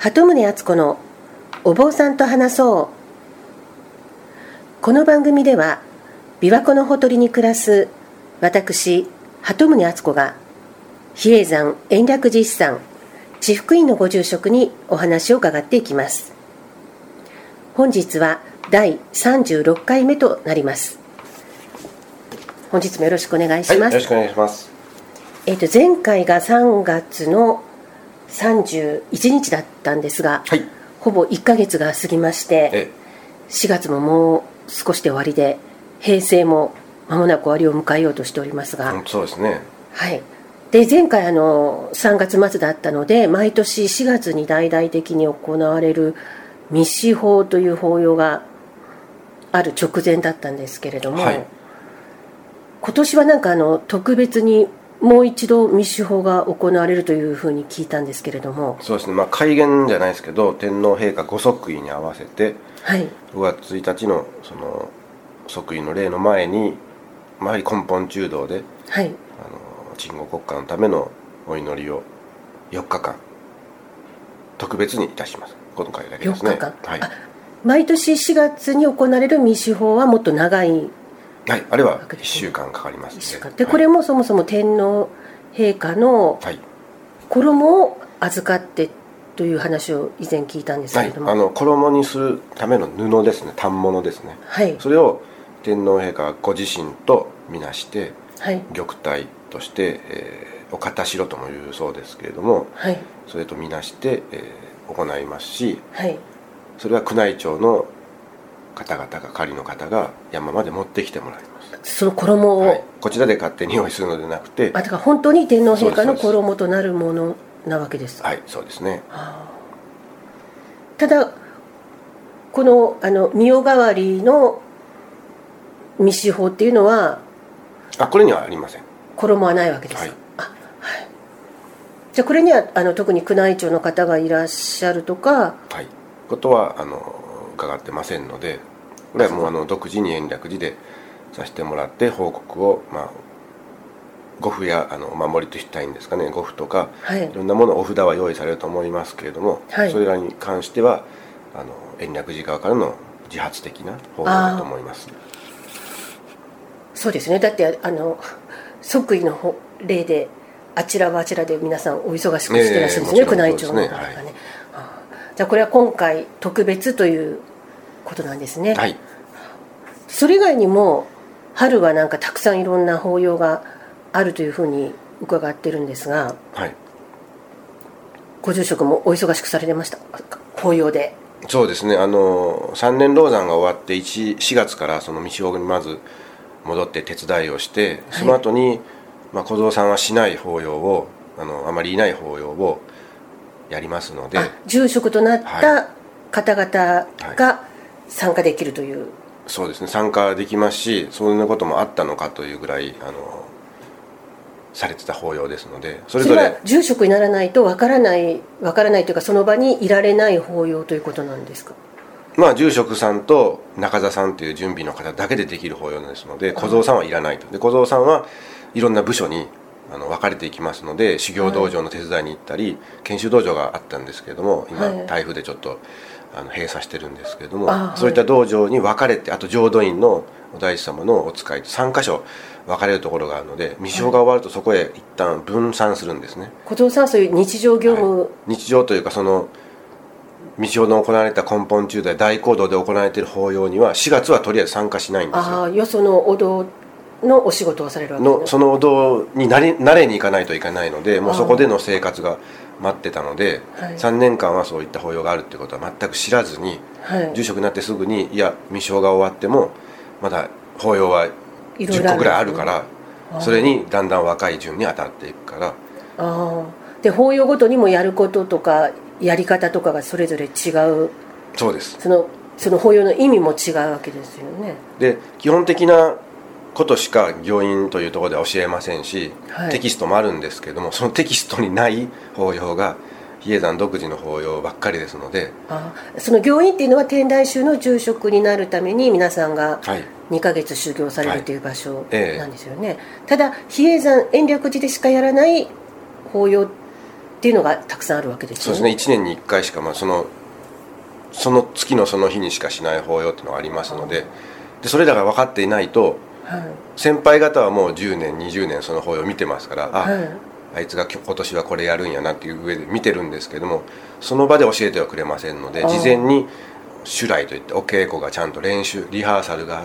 鳩宗敦子のお坊さんと話そう。この番組では琵琶湖のほとりに暮らす私鳩宗敦子が比叡山延暦寺一山地福院のご住職にお話を伺っていきます。本日は第36回目となります。本日もよろしくお願いします。 はい、よろしくお願いします。 前回が3月の31日だったんですが、 はい、 ほぼ1ヶ月が過ぎまして、4月ももう少しで終わりで、平成も間もなく終わりを迎えようとしておりますが、 そうですね。 はい。で、前回3月末だったので、毎年4月に大々的に行われる密施法という法要がある直前だったんですけれども、 はい、 今年は特別にもう一度密施法が行われるというふうに聞いたんですけれども。 そうですね、戒厳じゃないですけど、天皇陛下ご即位に合わせて、 はい、 5月1日のその即位の礼の前に、やはり根本中道で、 はい、 鎮護国家のためのお祈りを4日間特別にいたします。今回だけですね。 4日間、 はい、 毎年4月に行われる密施法はもっと長い。 はい、あれは1週間かかりますので、これもそもそも天皇陛下の衣を預かってという話を以前聞いたんですけれども、 はい、衣にするための布ですね、反物ですね、 はい、 それを天皇陛下がご自身とみなして、 はい、 玉体として、お片代ともいうそうですけれども、 はい、 それとみなして、行いますし、 はい、 それは宮内庁の方々が狩りの方が山まで持ってきてもらいます。 その衣を、 はい、こちらで勝手に用意するのではなくて、 だから本当に天皇陛下の衣となるものなわけです。 はい、そうですね。 ただこの御代替わりの密施法っていうのはこれにはありません。 衣はないわけですか。はい、はい、じゃあこれには特に宮内庁の方がいらっしゃるとか、 はい、ことは伺ってませんので、これはもう独自に延暦寺でさせてもらって報告を、御符やお守りとしたいんですかね、御符とか、はい、いろんなものお札は用意されると思いますけれども、はい、それらに関しては延暦寺側からの自発的な方法だと思います。 そうですね。だって即位の例であちらはあちらで皆さんお忙しくしてらっしゃるんですね、宮内庁の方がね。はい、じゃあこれは今回特別ということなんですね。 はい、 それ以外にも春はたくさんいろんな法要があるというふうに伺ってるんですが、はい、ご住職もお忙しくされてました、法要で。 そうですね、3年老山が終わって4月からその密施法にまず戻って手伝いをして、その後に、小僧さんはしない法要をあまりいない法要をやりますので、 住職となった方々が参加できるという、はい、 そうですね、参加できますし、そんなこともあったのかというぐらいされてた法要ですので、 それは住職にならないとわからないというか、その場にいられない法要ということなんですか。 住職さんと中座さんという準備の方だけでできる法要ですので、小僧さんはいらないと。で、小僧さんはいろんな部署に分かれていきますので、修行道場の手伝いに行ったり、研修道場があったんですけれども、今、台風でちょっと閉鎖してるんですけれども、そういった道場に分かれて、あと浄土院のお大師様のお使い3箇所分かれるところがあるので、密施法が終わるとそこへ一旦分散するんですね。 小僧さんはそういう日常業務、 日常というか、その密施法の行われた根本中道大講堂で行われている法要には4月はとりあえず参加しないんですよ。 よそのお堂のお仕事をされるわけですね。 そのお堂に慣れに行かないといけないので、もうそこでの生活が待ってたので、3年間はそういった法要があるっていうことは全く知らずに、住職になってすぐに、いや密施法が終わってもまだ法要は10個ぐらいあるから、それにだんだん若い順に当たっていくから。 で、法要ごとにもやることとかやり方とかがそれぞれ違う。 そうです。 その法要の意味も違うわけですよね。 で、基本的なことしか行員というところでは教えませんし、テキストもあるんですけれども、そのテキストにない法要が比叡山独自の法要ばっかりですので、 その行員っていうのは天台宗の住職になるために皆さんが2ヶ月修行されるという場所なんですよね。ただ比叡山延暦寺でしかやらない法要っていうのがたくさんあるわけですよね。 そうですね、1年に1回しか、その月のその日にしかしない法要っていうのがありますので、それらが分かっていないと、先輩方はもう10年20年その法要を見てますから、あいつが今年はこれやるんやなっていう上で見てるんですけども、その場で教えてはくれませんので、事前に主来といってお稽古がちゃんと練習リハーサルがあって、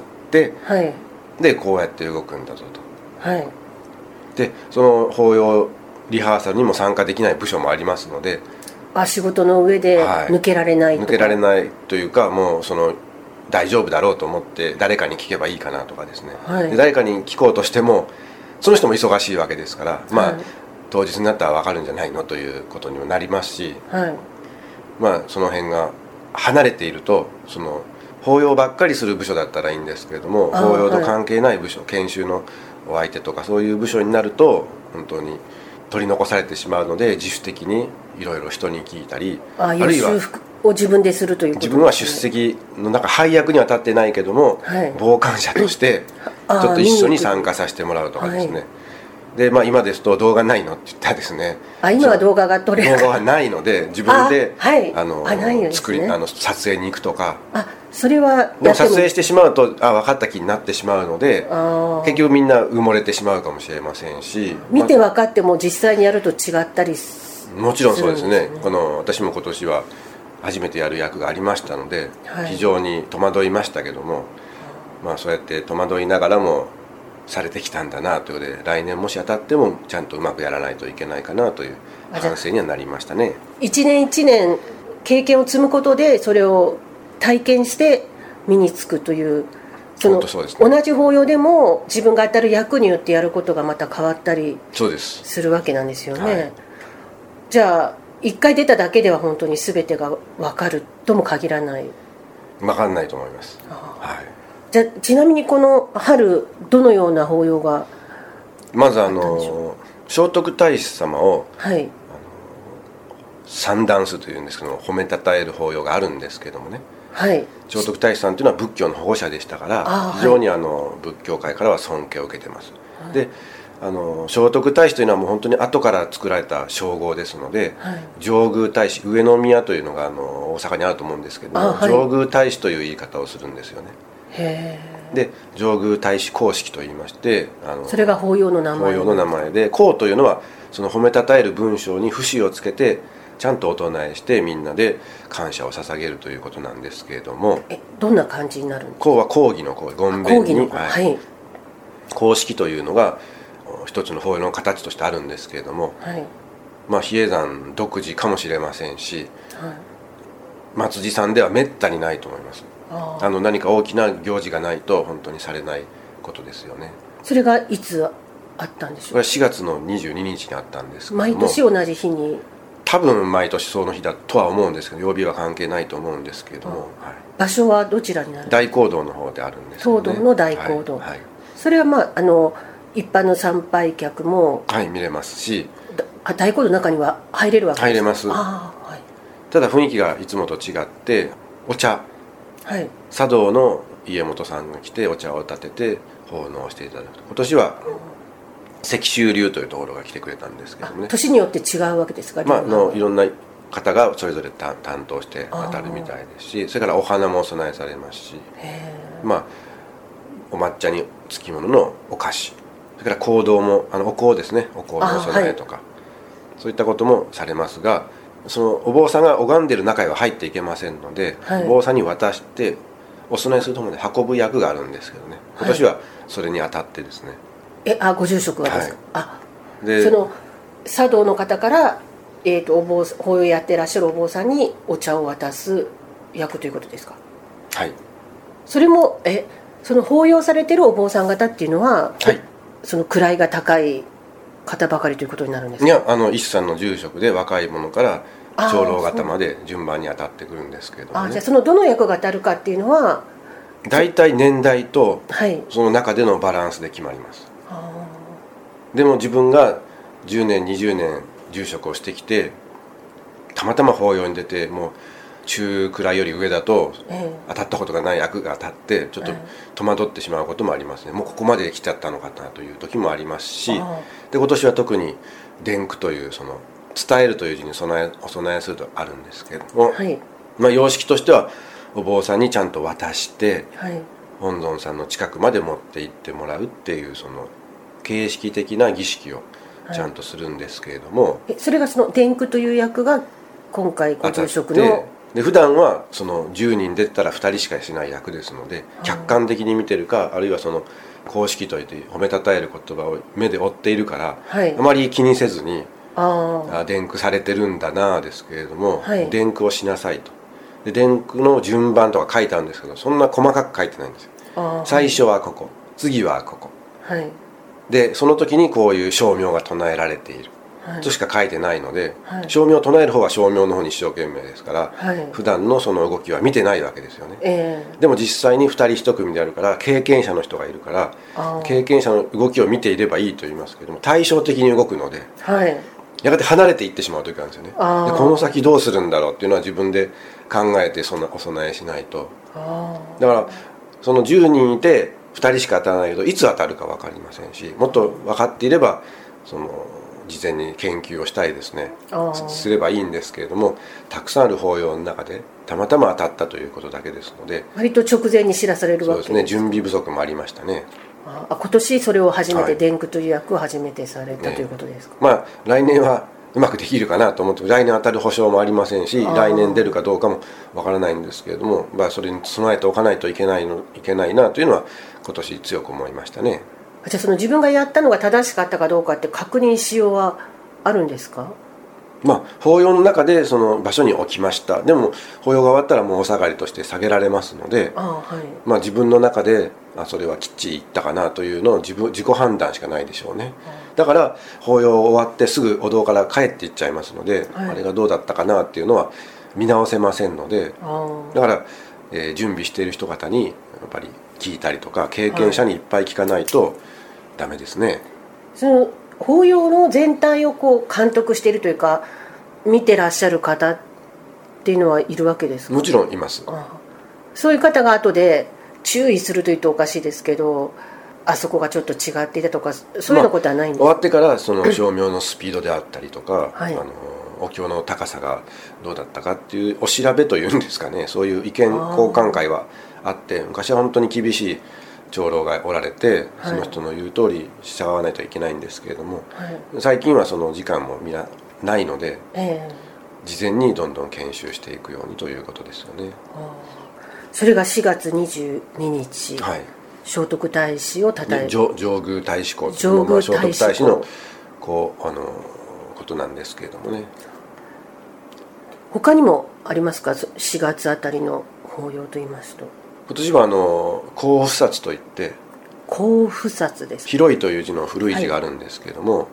でこうやって動くんだぞと、でその法要リハーサルにも参加できない部署もありますので、 仕事の上で抜けられないとか、 抜けられないというか、もう大丈夫だろうと思って誰かに聞けばいいかなとかですね、で誰かに聞こうとしてもその人も忙しいわけですから、当日になったら分かるんじゃないのということにもなりますし、その辺が離れていると、法要ばっかりする部署だったらいいんですけれども、法要と関係ない部署、研修のお相手とかそういう部署になると本当に取り残されてしまうので、自主的にいろいろ人に聞いたり、あるいは修復を自分でするということですね。 自分は出席の配役には立ってないけども、傍観者としてちょっと一緒に参加させてもらうとかですね、で今ですと動画ないのって言ったらですね、 今は動画が撮れる、 動画はないので自分で作り撮影に行くとか、 それはでも撮影してしまうと分かった気になってしまうので、結局みんな埋もれてしまうかもしれませんし、 見て分かっても実際にやると違ったりもちろんそうですね。私も今年は初めてやる役がありましたので、非常に戸惑いましたけども、そうやって戸惑いながらもされてきたんだなということで、来年もし当たってもちゃんとうまくやらないといけないかなという反省にはなりましたね。 一年一年経験を積むことでそれを体験して身につくという、 そうですね、 同じ法要でも自分が当たる役によってやることがまた変わったりするわけなんですよね。じゃあ一回出ただけでは本当に全てが分かるとも限らない。 分かんないと思います。 じゃあちなみにこの春どのような法要がまず聖徳太子様を、三段数というんですけども、褒めたたえる法要があるんですけどもね、聖徳太子さんというのは仏教の保護者でしたから、非常に仏教界からは尊敬を受けてます。で聖徳太子というのはもう本当に後から作られた称号ですので、上宮太子、上宮というのが大阪にあると思うんですけども、上宮太子という言い方をするんですよね。で上宮太子公式といいまして、 それが法要の名前で、公というのはその褒めたたえる文章に節をつけてちゃんとお唱えしてみんなで感謝を捧げるということなんですけれども、 どんな感じになるんですか？ 公は講義の公、言弁に公式というのが一つの法要の形としてあるんですけれども、比叡山独自かもしれませんし、松寺さんではめったにないと思います。何か大きな行事がないと本当にされないことですよね。 それがいつあったんでしょうか？ これは4月の22日にあったんですけども、 毎年同じ日に？ 多分毎年その日だとは思うんですけど、曜日は関係ないと思うんですけれども、 場所はどちらになるんですか？ 大講堂の方であるんですけどね。 東堂の大講堂、それは一般の参拝客も見れますし、 大講堂の中には入れるわけですか？ 入れます。ただ雰囲気がいつもと違って、お茶、茶道の家元さんが来てお茶を立てて奉納していただくと。今年は石州流というところが来てくれたんですけどもね。 年によって違うわけですか？ いろんな方がそれぞれ担当して当たるみたいですし、それからお花もお供えされますし、お抹茶につきもののお菓子、それから香道もお香ですね、お香のお供えとか、そういったこともされますが、そのお坊さんが拝んでる中へは入っていけませんので、お坊さんに渡してお供えするところで運ぶ役があるんですけどね、今年はそれに当たってですね、 ご住職がですか？でその茶道の方から、法要やってらっしゃるお坊さんにお茶を渡す役ということですか？それもその法要されてるお坊さん方っていうのは、その位が高い方ばかりということになるんですか？ いや、一山の住職で若い者から長老方まで順番に当たってくるんですけどもね。 じゃあそのどの役が当たるかっていうのは大体年代とその中でのバランスで決まります。でも自分が10年20年住職をしてきて、たまたま法要に出てもう中位より上だと当たったことがない役が当たってちょっと戸惑ってしまうこともありますね。もうここまで来ちゃったのかなという時もありますし、で今年は特に伝句というその伝えるという字にお供えするとあるんですけれども、 はい、 様式としてはお坊さんにちゃんと渡して、 はい、 本尊さんの近くまで持って行ってもらうっていうその形式的な儀式をちゃんとするんですけれども、 それがその伝句という役が今回ご住職当たっのて、で普段はその10人出たら2人しかしない役ですので、客観的に見てるか、あるいはその公式といって褒めたたえる言葉を目で追っているから、 はい、 あまり気にせずにあ伝句されてるんだなですけれども、 はい、 伝句をしなさいと。で伝句の順番とか書いてあるんですけど、そんな細かく書いてないんですよ。最初はここ、次はここ、 はい、 でその時にこういう声明が唱えられている、 はい、 としか書いてないので、 はい、 声明を唱える方は声明の方に一生懸命ですから、 はい、 普段のその動きは見てないわけですよね、 えでも実際に2人1組であるから経験者の人がいるから、経験者の動きを見ていればいいと言いますけども、対照的に動くので、 はい、 やがて離れていってしまう時があるんですよね。でこの先どうするんだろうっていうのは自分で考えてお供えしないと。だからその10人いて2人しか当たらないけど、いつ当たるか分かりませんし、もっと分かっていればその事前に研究をしたりですねすればいいんですけれども、たくさんある法要の中でたまたま当たったということだけですので、 割と直前に知らされるわけです。 そうですね、準備不足もありましたね。 今年それを初めて、伝句という役を初めてされたということですか。 まあ来年はうまくできるかなと思って、来年当たる保証もありませんし、来年出るかどうかもわからないんですけれども、それに備えておかないといけないなというのは今年強く思いましたね。 じゃあその自分がやったのが正しかったかどうかって確認しようはあるんですか。 法要の中でその場所に置きました。でも法要が終わったらもうお下がりとして下げられますので、自分の中でそれはきっちりいったかなというのを自己判断しかないでしょうね。だから法要終わってすぐお堂から帰っていっちゃいますので、あれがどうだったかなっていうのは見直せませんので、だから、準備している人方にやっぱり聞いたりとか、経験者にいっぱい聞かないとダメですね。 その法要の全体を監督しているというか見てらっしゃる方っていうのはいるわけですか。 もちろんいます。 そういう方が後で注意するというとおかしいですけど、あそこがちょっと違っていたとか、そういうのことはないんですか。 終わってからその声明のスピードであったりとか、お経の高さがどうだったかっていうお調べというんですかね、そういう意見交換会はあって、昔は本当に厳しい長老がおられて、その人の言う通り従わないといけないんですけれども、最近はその時間もないので、事前にどんどん研修していくようにということですよね。 それが4月22日、聖徳太子をたたえる上宮太子公、聖徳太子のことなんですけれどもね。 他にもありますか、4月あたりの法要といいますと。 今年は弘布薩といって、 弘布薩です。 広いという字の古い字があるんですけれども、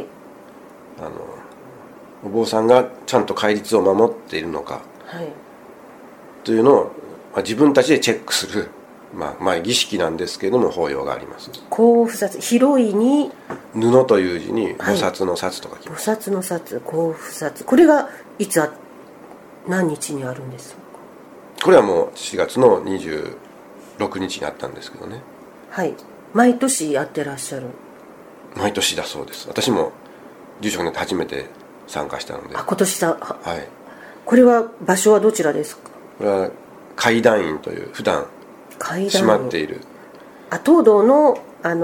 お坊さんがちゃんと戒律を守っているのか、というのを、自分たちでチェックする、儀式なんですけれども、法要があります。 弘布薩、広いに布という字に菩薩の薩と書きます。 菩薩の薩、弘布薩、これがいつ何日にあるんですか。 これはもう4月の26日にあったんですけどね。 毎年やってらっしゃる。 毎年だそうです。私も住職になって初めて参加したので。 今年これは場所はどちらですか。 これは階段院という普段閉まっている、 東堂の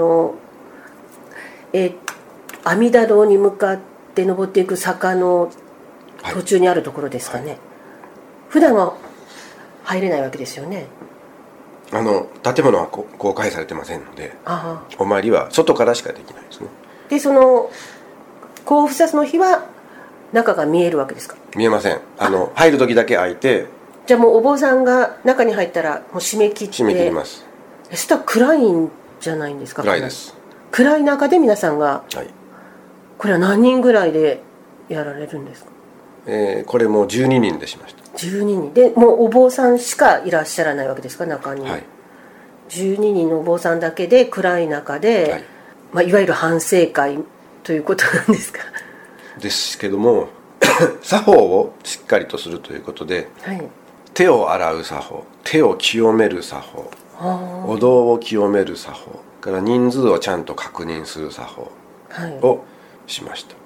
阿弥陀堂に向かって登っていく坂の途中にあるところですかね。普段は入れないわけですよね。 建物は公開されてませんので、お参りは外からしかできないですね。 でその弘布薩の日は中が見えるわけですか。 見えません。入る時だけ開いて。 じゃあもうお坊さんが中に入ったらもう閉め切って。 閉め切ります。 そしたら暗いんじゃないんですか。 暗いです。 暗い中で皆さんが、これは何人ぐらいでやられるんですか。 これも12人でしました。 12人で、もうお坊さんしかいらっしゃらないわけですか、中に。12人のお坊さんだけで暗い中で、いわゆる反省会ということなんですか。 ですけども作法をしっかりとするということで、手を洗う作法、手を清める作法、お堂を清める作法から人数をちゃんと確認する作法をしました。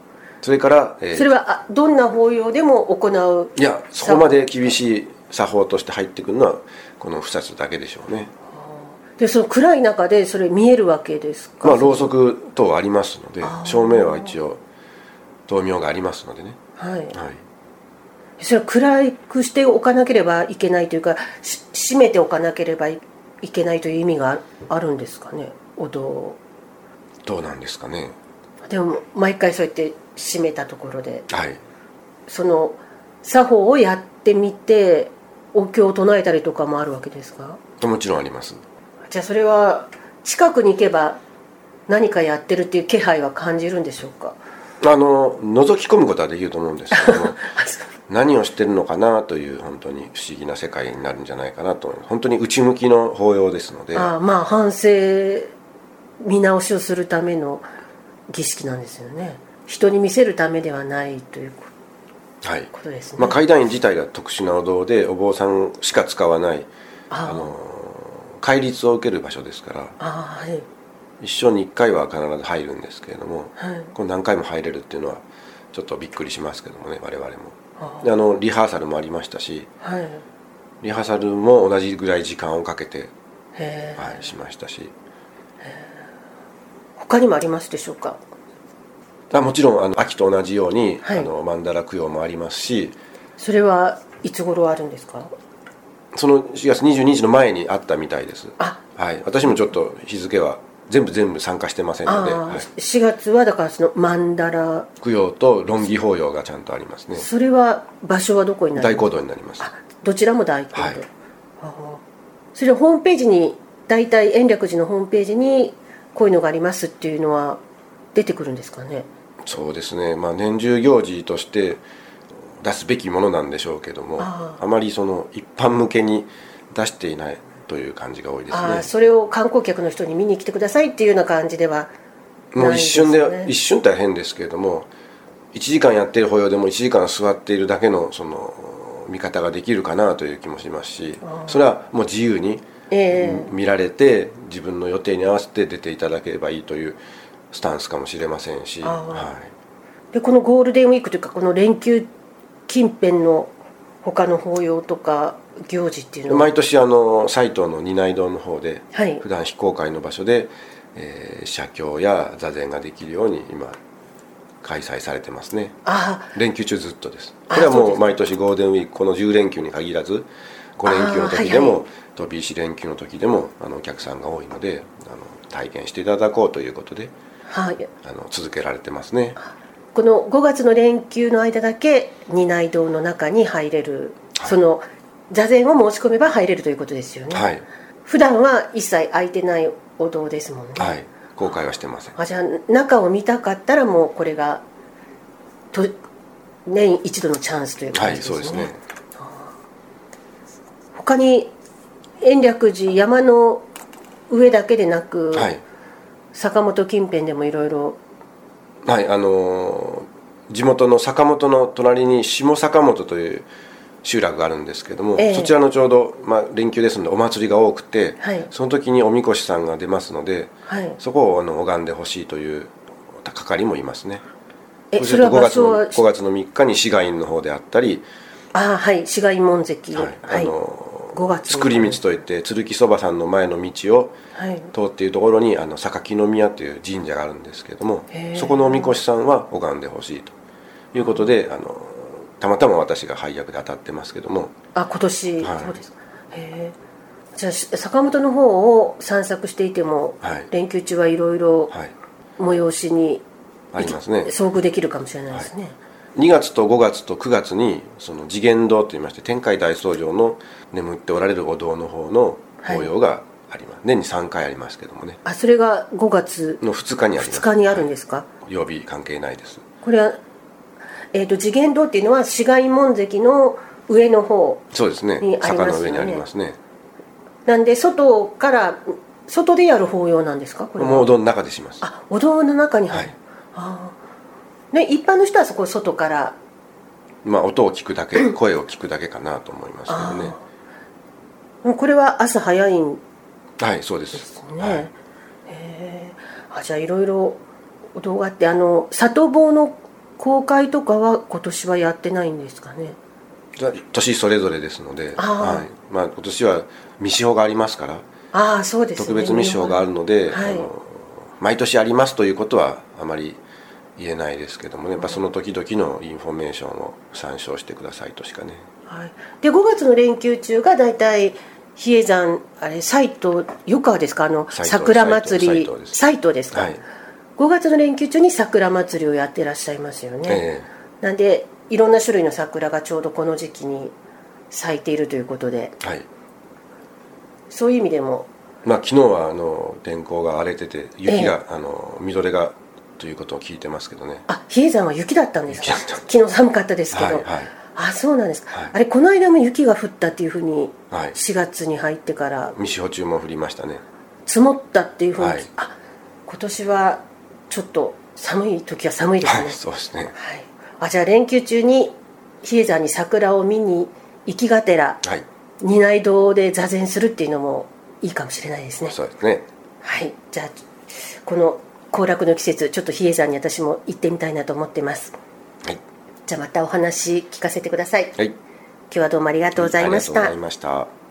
それから、 それはどんな法要でも行う？ いや、そこまで厳しい作法として入ってくるのはこの2つだけでしょうね。 でその暗い中でそれ見えるわけですか？ ろうそく等ありますので、照明は一応灯明がありますのでね。 はい、 はい、 それは暗くしておかなければいけないというか、閉めておかなければいけないという意味があるんですかね、お堂。 どうなんですかね。 でも毎回そうやって閉めたところで、 はい、 その作法をやってみてお経を唱えたりとかもあるわけですか？ もちろんあります。 じゃあそれは近くに行けば何かやってるっていう気配は感じるんでしょうか？ 覗き込むことはできると思うんですけども何をしてるのかなという本当に不思議な世界になるんじゃないかなと思います。本当に内向きの法要ですので、 反省見直しをするための儀式なんですよね。人に見せるためではないということですね。 戒壇院自体が特殊なお堂でお坊さんしか使わない戒律を受ける場所ですから、一生に1回は必ず入るんですけれども、これ何回も入れるっていうのはちょっとびっくりしますけどもね、我々も。でリハーサルもありましたし、リハーサルも同じぐらい時間をかけて、しましたし。 他にもありますでしょうか？ もちろん秋と同じように、曼荼羅供養もありますし。 それはいつ頃あるんですか？ その4月22日の前にあったみたいです。私もちょっと日付は全部参加してませんので、 4月はだからその曼荼羅供養と論議法要がちゃんとありますね。 それは場所はどこになりますか？ 大講堂になります。 どちらも大講堂。それはホームページに、大体延暦寺のホームページにこういうのがありますっていうのは出てくるんですかね？ そうですね、年中行事として出すべきものなんでしょうけども、あまりその一般向けに出していないという感じが多いですね。 それを観光客の人に見に来てくださいっていうような感じではないですね。 もう一瞬って変ですけれども、1時間やってる法要でも1時間座っているだけのその見方ができるかなという気もしますし、それはもう自由に見られて、自分の予定に合わせて出ていただければいいというスタンスかもしれませんし、 でこのゴールデンウィークというかこの連休近辺の他の法要とか行事っていうのは毎年斎藤の二内堂の方で、普段非公開の場所で、写経や座禅ができるように今開催されてますね。連休中ずっとです。これはもう毎年ゴールデンウィーク、この10連休に限らず5連休の時でも、飛び石連休の時でもお客さんが多いので体験していただこうということで、続けられてますね。 この5月の連休の間だけ二内堂の中に入れる、その座禅を申し込めば入れるということですよね。普段は一切空いてないお堂ですもんね。 公開はしてません。 じゃあ中を見たかったらもうこれが年一度のチャンスという感じですね。 そうですね。 他に延暦寺山の上だけでなく、坂本近辺でもいろいろ、 地元の坂本の隣に下坂本という集落があるんですけども、そちらのちょうど、連休ですのでお祭りが多くて、その時におみこしさんが出ますので、そこを拝んでほしいという係もいますね。 それは場所は 5月の3日に志賀院の方であったり、 志賀院門跡、5月造り道といって剣そばさんの前の道を通っているところに榊宮という神社があるんですけれども、そこのおみこしさんは拝んでほしいということで、たまたま私が配役で当たってますけども、 今年、そうですか。じゃあ坂本の方を散策していても、連休中はいろいろ催しにありますね、 遭遇できるかもしれないですね。 2月と5月と9月にその次元堂といいまして、天海大僧正の眠っておられるお堂の方の法要があります。年に3回ありますけどもね。 それが5月の2日にあります。 2日にあるんですか？ 曜日関係ないです。 これは、次元堂っていうのは志賀院門跡の上の方にありますよね。そうですね、 坂の上にありますね。 なんで外でやる法要なんですか？これはもうお堂の中でします。 お堂の中に入る。一般の人はそこ外から、 音を聞くだけ声を聞くだけかなと思いますけどね。 これは朝早いんですね。 そうです。 じゃあいろいろお堂があって、里坊の公開とかは今年はやってないんですかね。 年それぞれですので、 あ、 今年は未使用がありますから、 そうですね、 特別未使用があるので、毎年ありますということはあまり言えないですけどもね、やっぱその時々のインフォメーションを参照してくださいとしかね。 で5月の連休中がだいたい比叡山斎藤余川ですか、桜祭り斎藤ですか、5月の連休中に桜祭りをやってらっしゃいますよね、なんでいろんな種類の桜がちょうどこの時期に咲いているということで、そういう意味でも昨日は天候が荒れてて雪が、みぞれがということを聞いてますけどね。 比叡山は雪だったんですか。昨日寒かったですけど、そうなんですか、この間も雪が降ったっていうふうに、4月に入ってから未使用中も降りましたね。 積もったっていうふうに、今年はちょっと寒い時は寒いですね。 そうですね。 じゃあ連休中に比叡山に桜を見に行きがてら、二内堂で座禅するっていうのもいいかもしれないですね。 そうですね。 じゃあこの行楽の季節、ちょっと比叡山に私も行ってみたいなと思ってます。じゃあまたお話聞かせてください。今日はどうもありがとうございました。 ありがとうございました。